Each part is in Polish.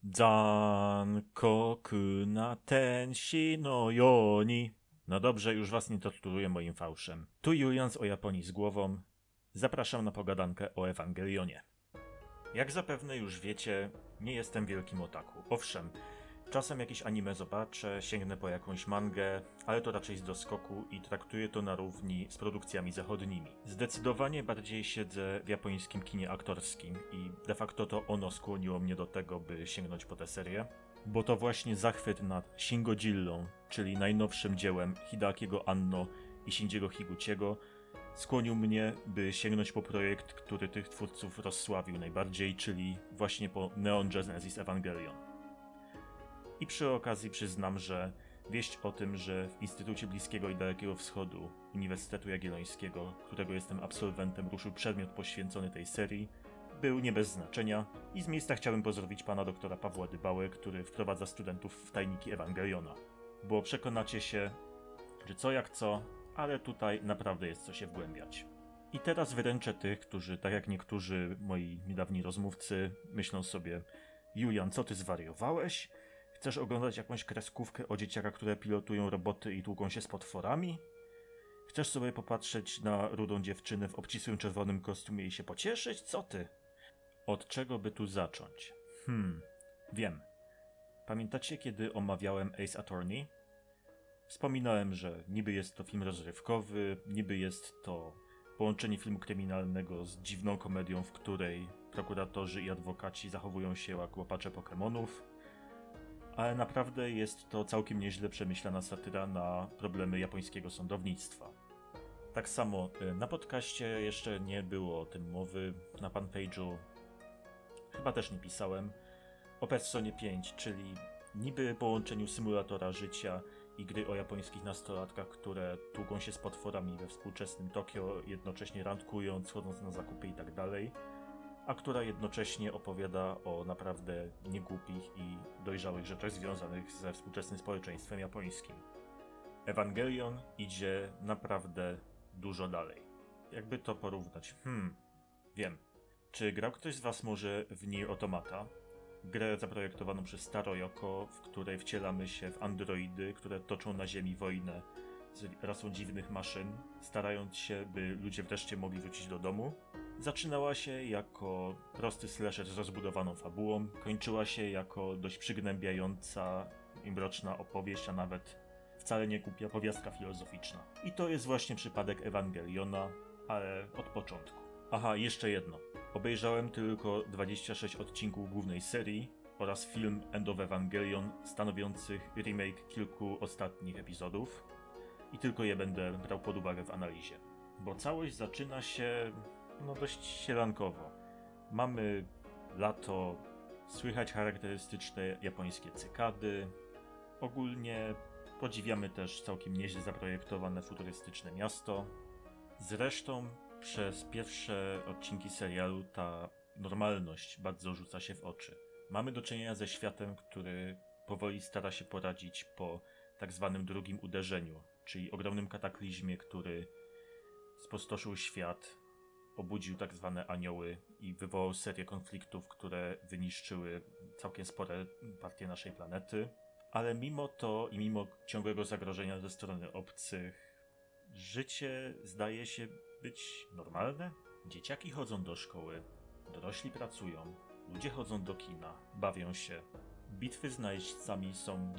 Zankoku na tenshi no yoni. No dobrze, już was nie torturuję moim fałszem. Tu Julian z O Japonii z głową. Zapraszam na pogadankę o Ewangelionie. Jak zapewne już wiecie, nie jestem wielkim otaku. Owszem, czasem jakieś anime zobaczę, sięgnę po jakąś mangę, ale to raczej z doskoku i traktuję to na równi z produkcjami zachodnimi. Zdecydowanie bardziej siedzę w japońskim kinie aktorskim i de facto to ono skłoniło mnie do tego, by sięgnąć po tę serię. Bo to właśnie zachwyt nad Shin Godzillą, czyli najnowszym dziełem Hideakiego Anno i Shinjiego Higuchiego, skłonił mnie, by sięgnąć po projekt, który tych twórców rozsławił najbardziej, czyli właśnie po Neon Genesis Evangelion. I przy okazji przyznam, że wieść o tym, że w Instytucie Bliskiego i Dalekiego Wschodu Uniwersytetu Jagiellońskiego, którego jestem absolwentem, ruszył przedmiot poświęcony tej serii, był nie bez znaczenia i z miejsca chciałbym pozdrowić pana doktora Pawła Dybałę, który wprowadza studentów w tajniki Ewangeliona. Bo przekonacie się, że co jak co, ale tutaj naprawdę jest co się wgłębiać. I teraz wyręczę tych, którzy, tak jak niektórzy moi niedawni rozmówcy, myślą sobie: Julian, co ty zwariowałeś? Chcesz oglądać jakąś kreskówkę o dzieciakach, które pilotują roboty i tłuką się z potworami? Chcesz sobie popatrzeć na rudą dziewczynę w obcisłym czerwonym kostiumie i się pocieszyć? Co ty? Od czego by tu zacząć? Wiem. Pamiętacie, kiedy omawiałem Ace Attorney? Wspominałem, że niby jest to film rozrywkowy, niby jest to połączenie filmu kryminalnego z dziwną komedią, w której prokuratorzy i adwokaci zachowują się jak łapacze Pokemonów, ale naprawdę jest to całkiem nieźle przemyślana satyra na problemy japońskiego sądownictwa. Tak samo na podcaście jeszcze nie było o tym mowy, na fanpage'u chyba też nie pisałem, o Personie 5, czyli niby połączeniu symulatora życia i gry o japońskich nastolatkach, które tłuką się z potworami we współczesnym Tokio, jednocześnie randkując, chodząc na zakupy itd., a która jednocześnie opowiada o naprawdę niegłupich i dojrzałych rzeczach związanych ze współczesnym społeczeństwem japońskim. Evangelion idzie naprawdę dużo dalej. Jakby to porównać? Wiem. Czy grał ktoś z was może w Nier Automata? Grę zaprojektowaną przez Taro Yoko, w której wcielamy się w androidy, które toczą na ziemi wojnę z rasą dziwnych maszyn, starając się, by ludzie wreszcie mogli wrócić do domu. Zaczynała się jako prosty slasher z rozbudowaną fabułą, kończyła się jako dość przygnębiająca i mroczna opowieść, a nawet wcale nie głupia powiastka filozoficzna. I to jest właśnie przypadek Ewangeliona, ale od początku. Aha, jeszcze jedno. Obejrzałem tylko 26 odcinków głównej serii oraz film End of Evangelion stanowiących remake kilku ostatnich epizodów i tylko je będę brał pod uwagę w analizie. Bo całość zaczyna się dość sielankowo. Mamy lato, słychać charakterystyczne japońskie cykady. Ogólnie podziwiamy też całkiem nieźle zaprojektowane futurystyczne miasto. Zresztą przez pierwsze odcinki serialu ta normalność bardzo rzuca się w oczy. Mamy do czynienia ze światem, który powoli stara się poradzić po tak zwanym drugim uderzeniu, czyli ogromnym kataklizmie, który spustoszył świat, obudził tak zwane anioły i wywołał serię konfliktów, które wyniszczyły całkiem spore partie naszej planety. Ale mimo to i mimo ciągłego zagrożenia ze strony obcych, życie zdaje się być normalne. Dzieciaki chodzą do szkoły, dorośli pracują, ludzie chodzą do kina, bawią się. Bitwy z najeźdźcami są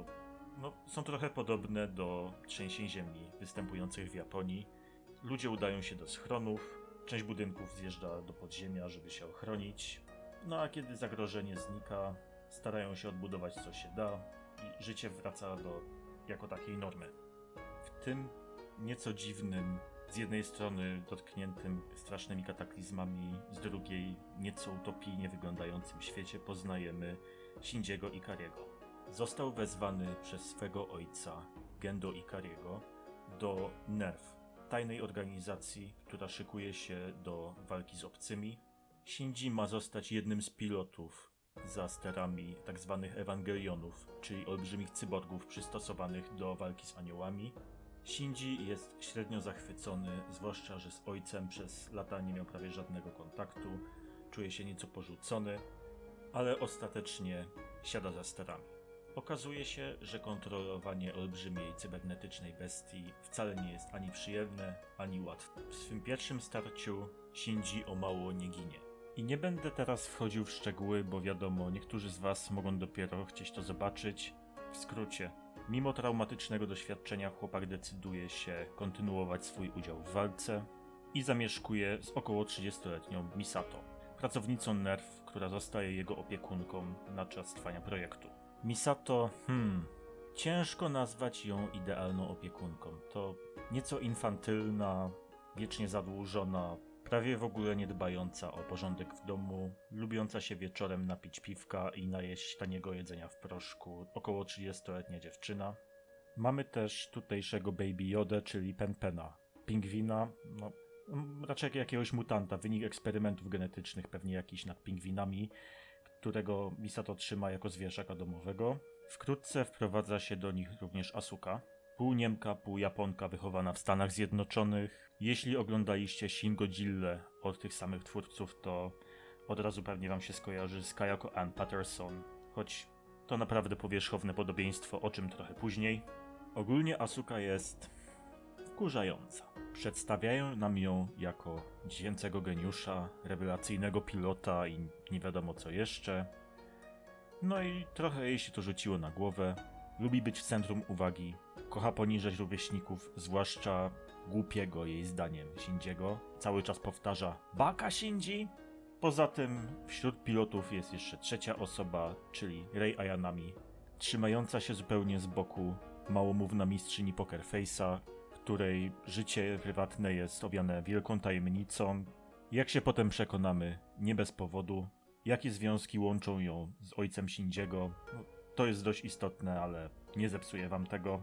są trochę podobne do trzęsień ziemi występujących w Japonii. Ludzie udają się do schronów, część budynków zjeżdża do podziemia, żeby się ochronić. No a kiedy zagrożenie znika, starają się odbudować co się da i życie wraca do jako takiej normy. W tym nieco dziwnym, z jednej strony dotkniętym strasznymi kataklizmami, z drugiej nieco utopijnie wyglądającym świecie poznajemy Shinjiego Ikariego. Został wezwany przez swego ojca, Gendo Ikariego, do NERV, tajnej organizacji, która szykuje się do walki z obcymi. Shinji ma zostać jednym z pilotów za sterami tzw. Ewangelionów, czyli olbrzymich cyborgów przystosowanych do walki z aniołami. Shinji jest średnio zachwycony, zwłaszcza że z ojcem przez lata nie miał prawie żadnego kontaktu, czuje się nieco porzucony, ale ostatecznie siada za sterami. Okazuje się, że kontrolowanie olbrzymiej cybernetycznej bestii wcale nie jest ani przyjemne, ani łatwe. W swym pierwszym starciu Shinji o mało nie ginie. I nie będę teraz wchodził w szczegóły, bo wiadomo, niektórzy z was mogą dopiero chcieć to zobaczyć. W skrócie, mimo traumatycznego doświadczenia chłopak decyduje się kontynuować swój udział w walce i zamieszkuje z około 30-letnią Misato, pracownicą NERV, która zostaje jego opiekunką na czas trwania projektu. Misato, ciężko nazwać ją idealną opiekunką. To nieco infantylna, wiecznie zadłużona, prawie w ogóle nie dbająca o porządek w domu, lubiąca się wieczorem napić piwka i najeść taniego jedzenia w proszku, około 30-letnia dziewczyna. Mamy też tutejszego Baby Yodę, czyli Penpena, pingwina, raczej jakiegoś mutanta, wynik eksperymentów genetycznych, pewnie jakiś nad pingwinami, którego Misato trzyma jako zwierzaka domowego. Wkrótce wprowadza się do nich również Asuka, pół Niemka, pół Japonka wychowana w Stanach Zjednoczonych. Jeśli oglądaliście Shin Godzillę od tych samych twórców, to od razu pewnie wam się skojarzy z Kayako Ann Patterson, choć to naprawdę powierzchowne podobieństwo, o czym trochę później. Ogólnie Asuka jest wkurzająca. Przedstawiają nam ją jako dziecięcego geniusza, rewelacyjnego pilota i nie wiadomo co jeszcze. No i trochę jej się to rzuciło na głowę. Lubi być w centrum uwagi, kocha poniżać rówieśników, zwłaszcza głupiego jej zdaniem Shinjiego. Cały czas powtarza "Baka Shinji!". Poza tym wśród pilotów jest jeszcze trzecia osoba, czyli Rei Ayanami, trzymająca się zupełnie z boku, małomówna mistrzyni Poker Face'a, której życie prywatne jest owiane wielką tajemnicą. Jak się potem przekonamy, nie bez powodu. Jakie związki łączą ją z ojcem Shinjiego? To jest dość istotne, ale nie zepsuję wam tego.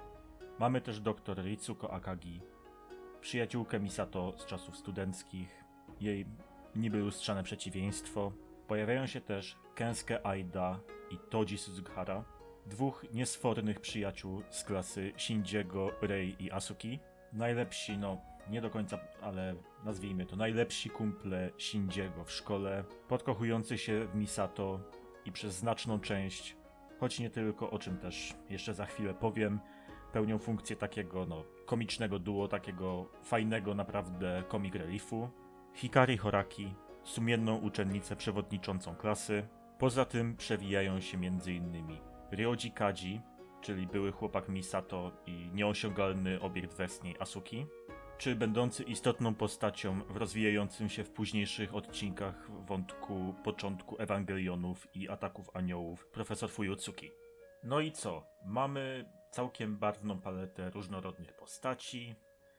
Mamy też dr Ritsuko Akagi, przyjaciółkę Misato z czasów studenckich, jej niby lustrzane przeciwieństwo. Pojawiają się też Kensuke Aida i Toji Suzuhara, dwóch niesfornych przyjaciół z klasy Shinjiego, Rei i Asuki. Najlepsi, nie do końca, ale nazwijmy to najlepsi kumple Shinjiego w szkole, podkochujący się w Misato i przez znaczną część, choć nie tylko, o czym też jeszcze za chwilę powiem, pełnią funkcję takiego komicznego duo, takiego fajnego naprawdę comic reliefu. Hikari Horaki, sumienną uczennicę przewodniczącą klasy. Poza tym przewijają się m.in. Ryoji Kaji, czyli były chłopak Misato i nieosiągalny obiekt wersji Asuki, czy będący istotną postacią w rozwijającym się w późniejszych odcinkach wątku początku Ewangelionów i ataków aniołów profesor Fuyutsuki. No i co? Mamy całkiem barwną paletę różnorodnych postaci,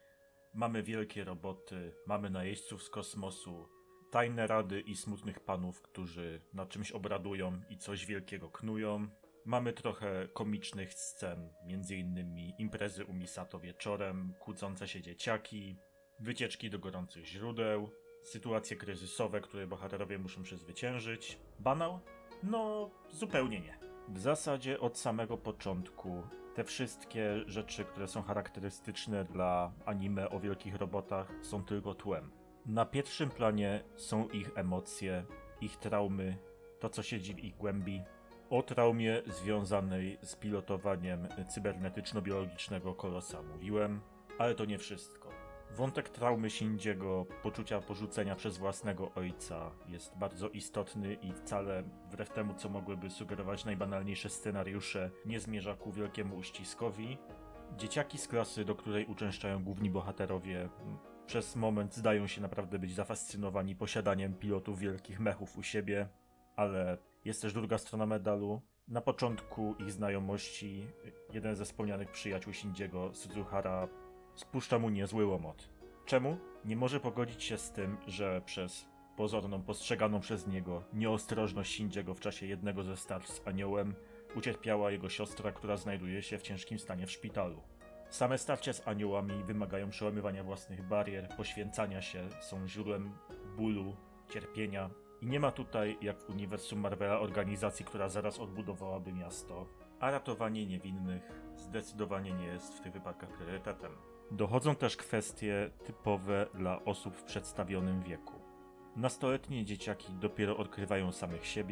mamy wielkie roboty, mamy najeźdźców z kosmosu, tajne rady i smutnych panów, którzy nad czymś obradują i coś wielkiego knują. Mamy trochę komicznych scen, m.in. imprezy u Misato wieczorem, kłócące się dzieciaki, wycieczki do gorących źródeł, sytuacje kryzysowe, które bohaterowie muszą przezwyciężyć. Banał? No, zupełnie nie. W zasadzie od samego początku te wszystkie rzeczy, które są charakterystyczne dla anime o wielkich robotach, są tylko tłem. Na pierwszym planie są ich emocje, ich traumy, to co siedzi w ich głębi. O traumie związanej z pilotowaniem cybernetyczno-biologicznego kolosa mówiłem, ale to nie wszystko. Wątek traumy Shinjiego, poczucia porzucenia przez własnego ojca jest bardzo istotny i wcale, wbrew temu co mogłyby sugerować najbanalniejsze scenariusze, nie zmierza ku wielkiemu uściskowi. Dzieciaki z klasy, do której uczęszczają główni bohaterowie, przez moment zdają się naprawdę być zafascynowani posiadaniem pilotów wielkich mechów u siebie, ale jest też druga strona medalu. Na początku ich znajomości jeden ze wspomnianych przyjaciół Shinjiego, Suzuhara, spuszcza mu niezły łomot. Czemu? Nie może pogodzić się z tym, że przez pozorną, postrzeganą przez niego nieostrożność Shinjiego w czasie jednego ze starć z aniołem ucierpiała jego siostra, która znajduje się w ciężkim stanie w szpitalu. Same starcia z aniołami wymagają przełamywania własnych barier, poświęcania się, są źródłem bólu, cierpienia. I nie ma tutaj, jak w uniwersum Marvela, organizacji, która zaraz odbudowałaby miasto, a ratowanie niewinnych zdecydowanie nie jest w tych wypadkach priorytetem. Dochodzą też kwestie typowe dla osób w przedstawionym wieku. Nastoletnie dzieciaki dopiero odkrywają samych siebie,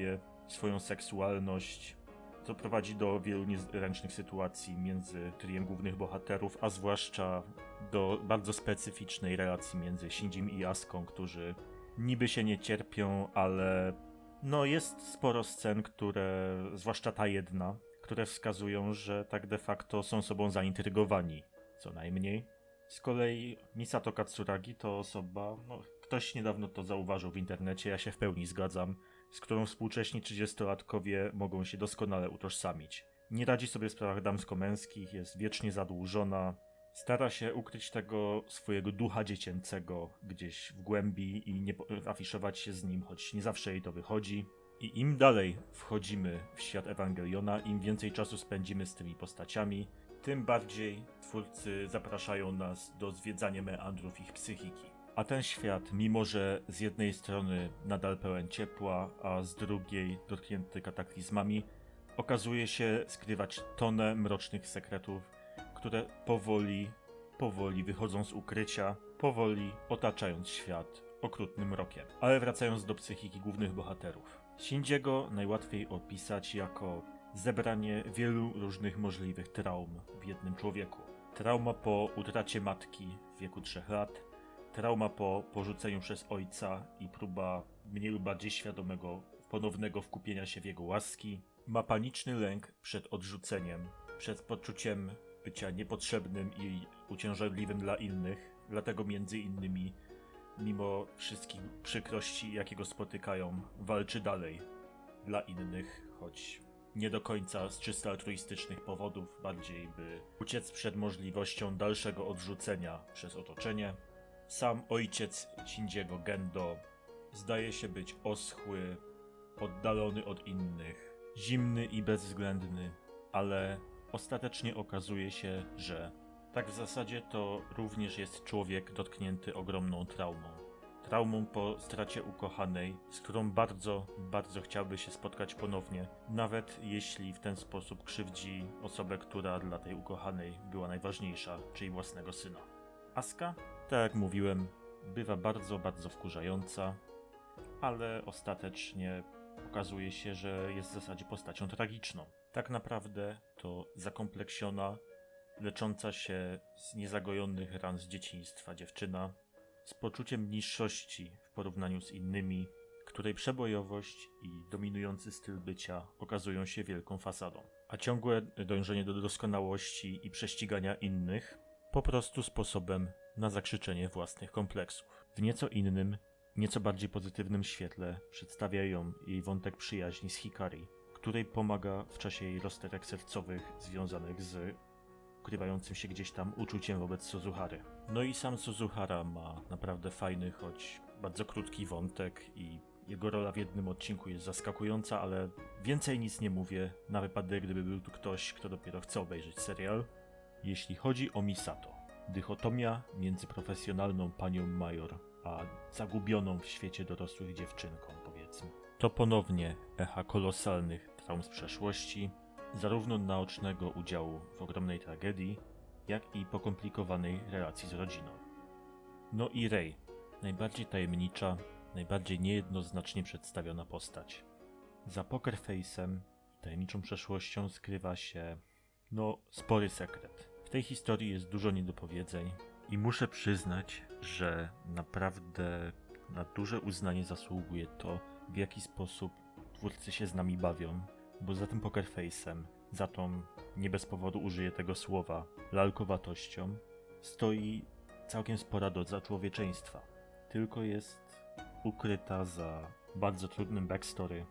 swoją seksualność, co prowadzi do wielu niezręcznych sytuacji między trijem głównych bohaterów, a zwłaszcza do bardzo specyficznej relacji między Shinjim i Aską, którzy niby się nie cierpią, ale no jest sporo scen, które, zwłaszcza ta jedna, które wskazują, że tak de facto są sobą zaintrygowani, co najmniej. Z kolei Misato Katsuragi to osoba, ktoś niedawno to zauważył w internecie, ja się w pełni zgadzam, z którą współcześni 30-latkowie mogą się doskonale utożsamić. Nie radzi sobie w sprawach damsko-męskich, jest wiecznie zadłużona, stara się ukryć tego swojego ducha dziecięcego gdzieś w głębi i nie afiszować się z nim, choć nie zawsze jej to wychodzi. I im dalej wchodzimy w świat Ewangeliona, im więcej czasu spędzimy z tymi postaciami, tym bardziej twórcy zapraszają nas do zwiedzania meandrów ich psychiki. A ten świat, mimo że z jednej strony nadal pełen ciepła, a z drugiej dotknięty kataklizmami, okazuje się skrywać tonę mrocznych sekretów, które powoli wychodzą z ukrycia, powoli otaczając świat okrutnym mrokiem. Ale wracając do psychiki głównych bohaterów. Shinjiego najłatwiej opisać jako zebranie wielu różnych możliwych traum w jednym człowieku. Trauma po utracie matki w wieku 3 lat, trauma po porzuceniu przez ojca i próba mniej lub bardziej świadomego ponownego wkupienia się w jego łaski. Ma paniczny lęk przed odrzuceniem, przed poczuciem bycia niepotrzebnym i uciążliwym dla innych, dlatego między innymi, mimo wszystkich przykrości, jakie go spotykają, walczy dalej dla innych, choć nie do końca z czysto altruistycznych powodów, bardziej by uciec przed możliwością dalszego odrzucenia przez otoczenie. Sam ojciec Shinjiego, Gendo, zdaje się być oschły, oddalony od innych, zimny i bezwzględny, ale ostatecznie okazuje się, że tak w zasadzie to również jest człowiek dotknięty ogromną traumą. Traumą po stracie ukochanej, z którą bardzo, bardzo chciałby się spotkać ponownie, nawet jeśli w ten sposób krzywdzi osobę, która dla tej ukochanej była najważniejsza, czyli własnego syna. Asuka, tak jak mówiłem, bywa bardzo, bardzo wkurzająca, ale ostatecznie okazuje się, że jest w zasadzie postacią tragiczną. Tak naprawdę to zakompleksiona, lecząca się z niezagojonych ran z dzieciństwa dziewczyna, z poczuciem niższości w porównaniu z innymi, której przebojowość i dominujący styl bycia okazują się wielką fasadą. A ciągłe dążenie do doskonałości i prześcigania innych po prostu sposobem na zakrzyczenie własnych kompleksów. W nieco innym, nieco bardziej pozytywnym świetle przedstawia ją jej wątek przyjaźni z Hikari, której pomaga w czasie jej rozterek sercowych związanych z ukrywającym się gdzieś tam uczuciem wobec Suzuhary. No i sam Suzuhara ma naprawdę fajny, choć bardzo krótki wątek i jego rola w jednym odcinku jest zaskakująca, ale więcej nic nie mówię, na wypadek gdyby był tu ktoś, kto dopiero chce obejrzeć serial. Jeśli chodzi o Misato, dychotomia między profesjonalną panią major a zagubioną w świecie dorosłych dziewczynką, powiedzmy. To ponownie echa kolosalnych traum z przeszłości, zarówno naocznego udziału w ogromnej tragedii, jak i pokomplikowanej relacji z rodziną. No i Rei, najbardziej tajemnicza, najbardziej niejednoznacznie przedstawiona postać. Za poker face'em i tajemniczą przeszłością skrywa się, spory sekret. W tej historii jest dużo niedopowiedzeń i muszę przyznać, że naprawdę na duże uznanie zasługuje to, w jaki sposób twórcy się z nami bawią, bo za tym poker face'em, za tą, nie bez powodu użyję tego słowa, lalkowatością, stoi całkiem spora doza człowieczeństwa. Tylko jest ukryta za bardzo trudnym backstory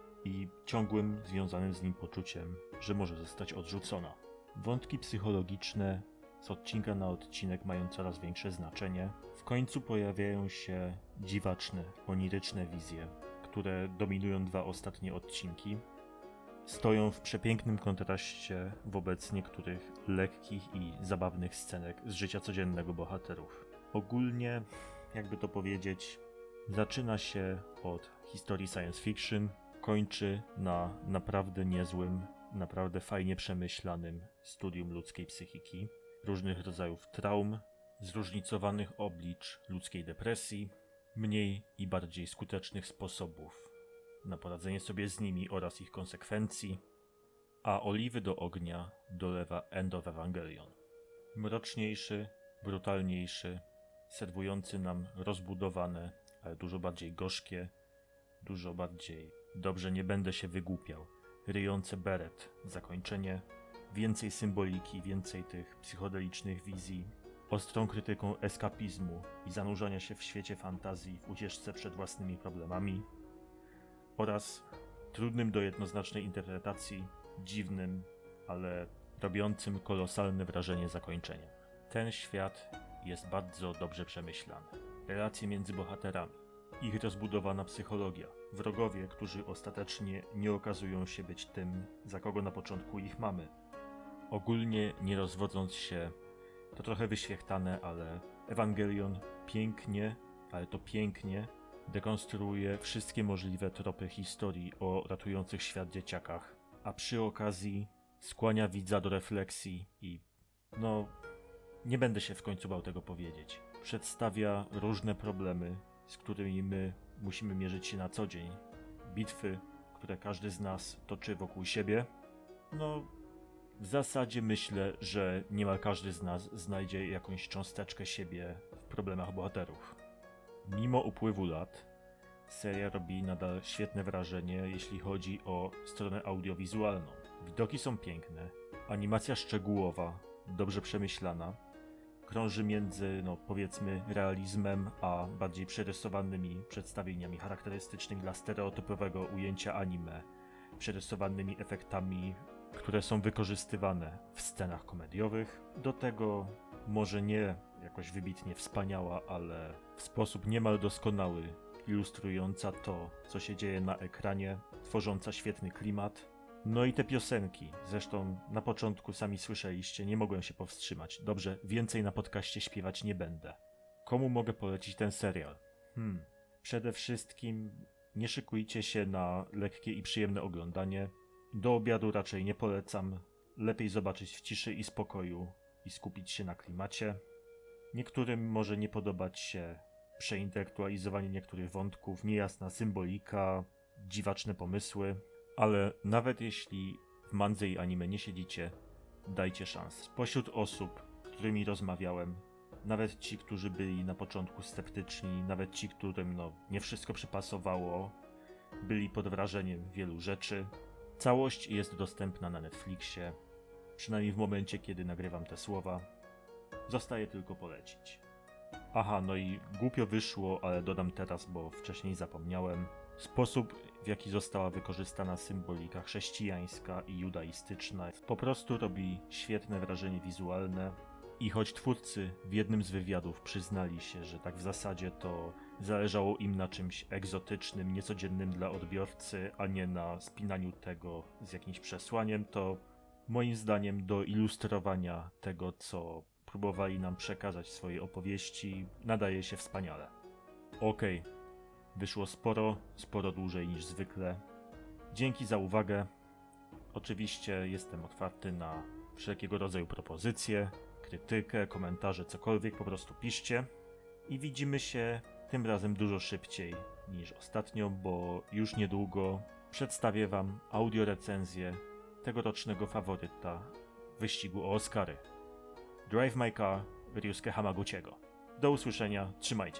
i ciągłym związanym z nim poczuciem, że może zostać odrzucona. Wątki psychologiczne z odcinka na odcinek mają coraz większe znaczenie. W końcu pojawiają się dziwaczne, oniryczne wizje, które dominują 2 ostatnie odcinki. Stoją w przepięknym kontraście wobec niektórych lekkich i zabawnych scenek z życia codziennego bohaterów. Ogólnie, jakby to powiedzieć, zaczyna się od historii science fiction, kończy na naprawdę niezłym, naprawdę fajnie przemyślanym studium ludzkiej psychiki, różnych rodzajów traum, zróżnicowanych oblicz ludzkiej depresji, mniej i bardziej skutecznych sposobów na poradzenie sobie z nimi oraz ich konsekwencji, a oliwy do ognia dolewa End of Evangelion. Mroczniejszy, brutalniejszy, serwujący nam rozbudowane, ale dużo bardziej gorzkie, dużo bardziej dobrze nie będę się wygłupiał, ryjące beret, zakończenie, więcej symboliki, więcej tych psychodelicznych wizji, ostrą krytyką eskapizmu i zanurzania się w świecie fantazji w ucieczce przed własnymi problemami oraz trudnym do jednoznacznej interpretacji, dziwnym, ale robiącym kolosalne wrażenie zakończeniem. Ten świat jest bardzo dobrze przemyślany. Relacje między bohaterami, ich rozbudowana psychologia, wrogowie, którzy ostatecznie nie okazują się być tym, za kogo na początku ich mamy. Ogólnie nie rozwodząc się, to trochę wyświechtane, ale Ewangelion pięknie, ale to pięknie, dekonstruuje wszystkie możliwe tropy historii o ratujących świat dzieciakach, a przy okazji skłania widza do refleksji i nie będę się w końcu bał tego powiedzieć. Przedstawia różne problemy, z którymi my musimy mierzyć się na co dzień. Bitwy, które każdy z nas toczy wokół siebie. W zasadzie myślę, że niemal każdy z nas znajdzie jakąś cząsteczkę siebie w problemach bohaterów. Mimo upływu lat, seria robi nadal świetne wrażenie, jeśli chodzi o stronę audiowizualną. Widoki są piękne, animacja szczegółowa, dobrze przemyślana, krąży między, powiedzmy, realizmem, a bardziej przerysowanymi przedstawieniami charakterystycznymi dla stereotypowego ujęcia anime, przerysowanymi efektami, które są wykorzystywane w scenach komediowych. Do tego może nie jakoś wybitnie wspaniała, ale w sposób niemal doskonały, ilustrująca to, co się dzieje na ekranie, tworząca świetny klimat. No i te piosenki, zresztą na początku sami słyszeliście, nie mogłem się powstrzymać. Dobrze, więcej na podcaście śpiewać nie będę. Komu mogę polecić ten serial? Przede wszystkim nie szykujcie się na lekkie i przyjemne oglądanie. Do obiadu raczej nie polecam. Lepiej zobaczyć w ciszy i spokoju i skupić się na klimacie. Niektórym może nie podobać się przeintelektualizowanie niektórych wątków, niejasna symbolika, dziwaczne pomysły, ale nawet jeśli w mandze i anime nie siedzicie, dajcie szansę. Spośród osób, z którymi rozmawiałem, nawet ci, którzy byli na początku sceptyczni, nawet ci, którym nie wszystko przypasowało, byli pod wrażeniem wielu rzeczy. Całość jest dostępna na Netflixie, przynajmniej w momencie, kiedy nagrywam te słowa. Zostaje tylko polecić. Aha, i głupio wyszło, ale dodam teraz, bo wcześniej zapomniałem. Sposób, w jaki została wykorzystana symbolika chrześcijańska i judaistyczna, po prostu robi świetne wrażenie wizualne. I choć twórcy w jednym z wywiadów przyznali się, że tak w zasadzie to zależało im na czymś egzotycznym, niecodziennym dla odbiorcy, a nie na spinaniu tego z jakimś przesłaniem, to moim zdaniem do ilustrowania tego, co próbowali nam przekazać w swojej opowieści, nadaje się wspaniale. Okej, wyszło sporo dłużej niż zwykle. Dzięki za uwagę. Oczywiście jestem otwarty na wszelkiego rodzaju propozycje, krytykę, komentarze, cokolwiek, po prostu piszcie. I widzimy się tym razem dużo szybciej niż ostatnio, bo już niedługo przedstawię wam audiorecenzję tegorocznego faworyta wyścigu o Oscary. Drive My Car Ryusuke Hamaguchiego. Do usłyszenia, trzymajcie.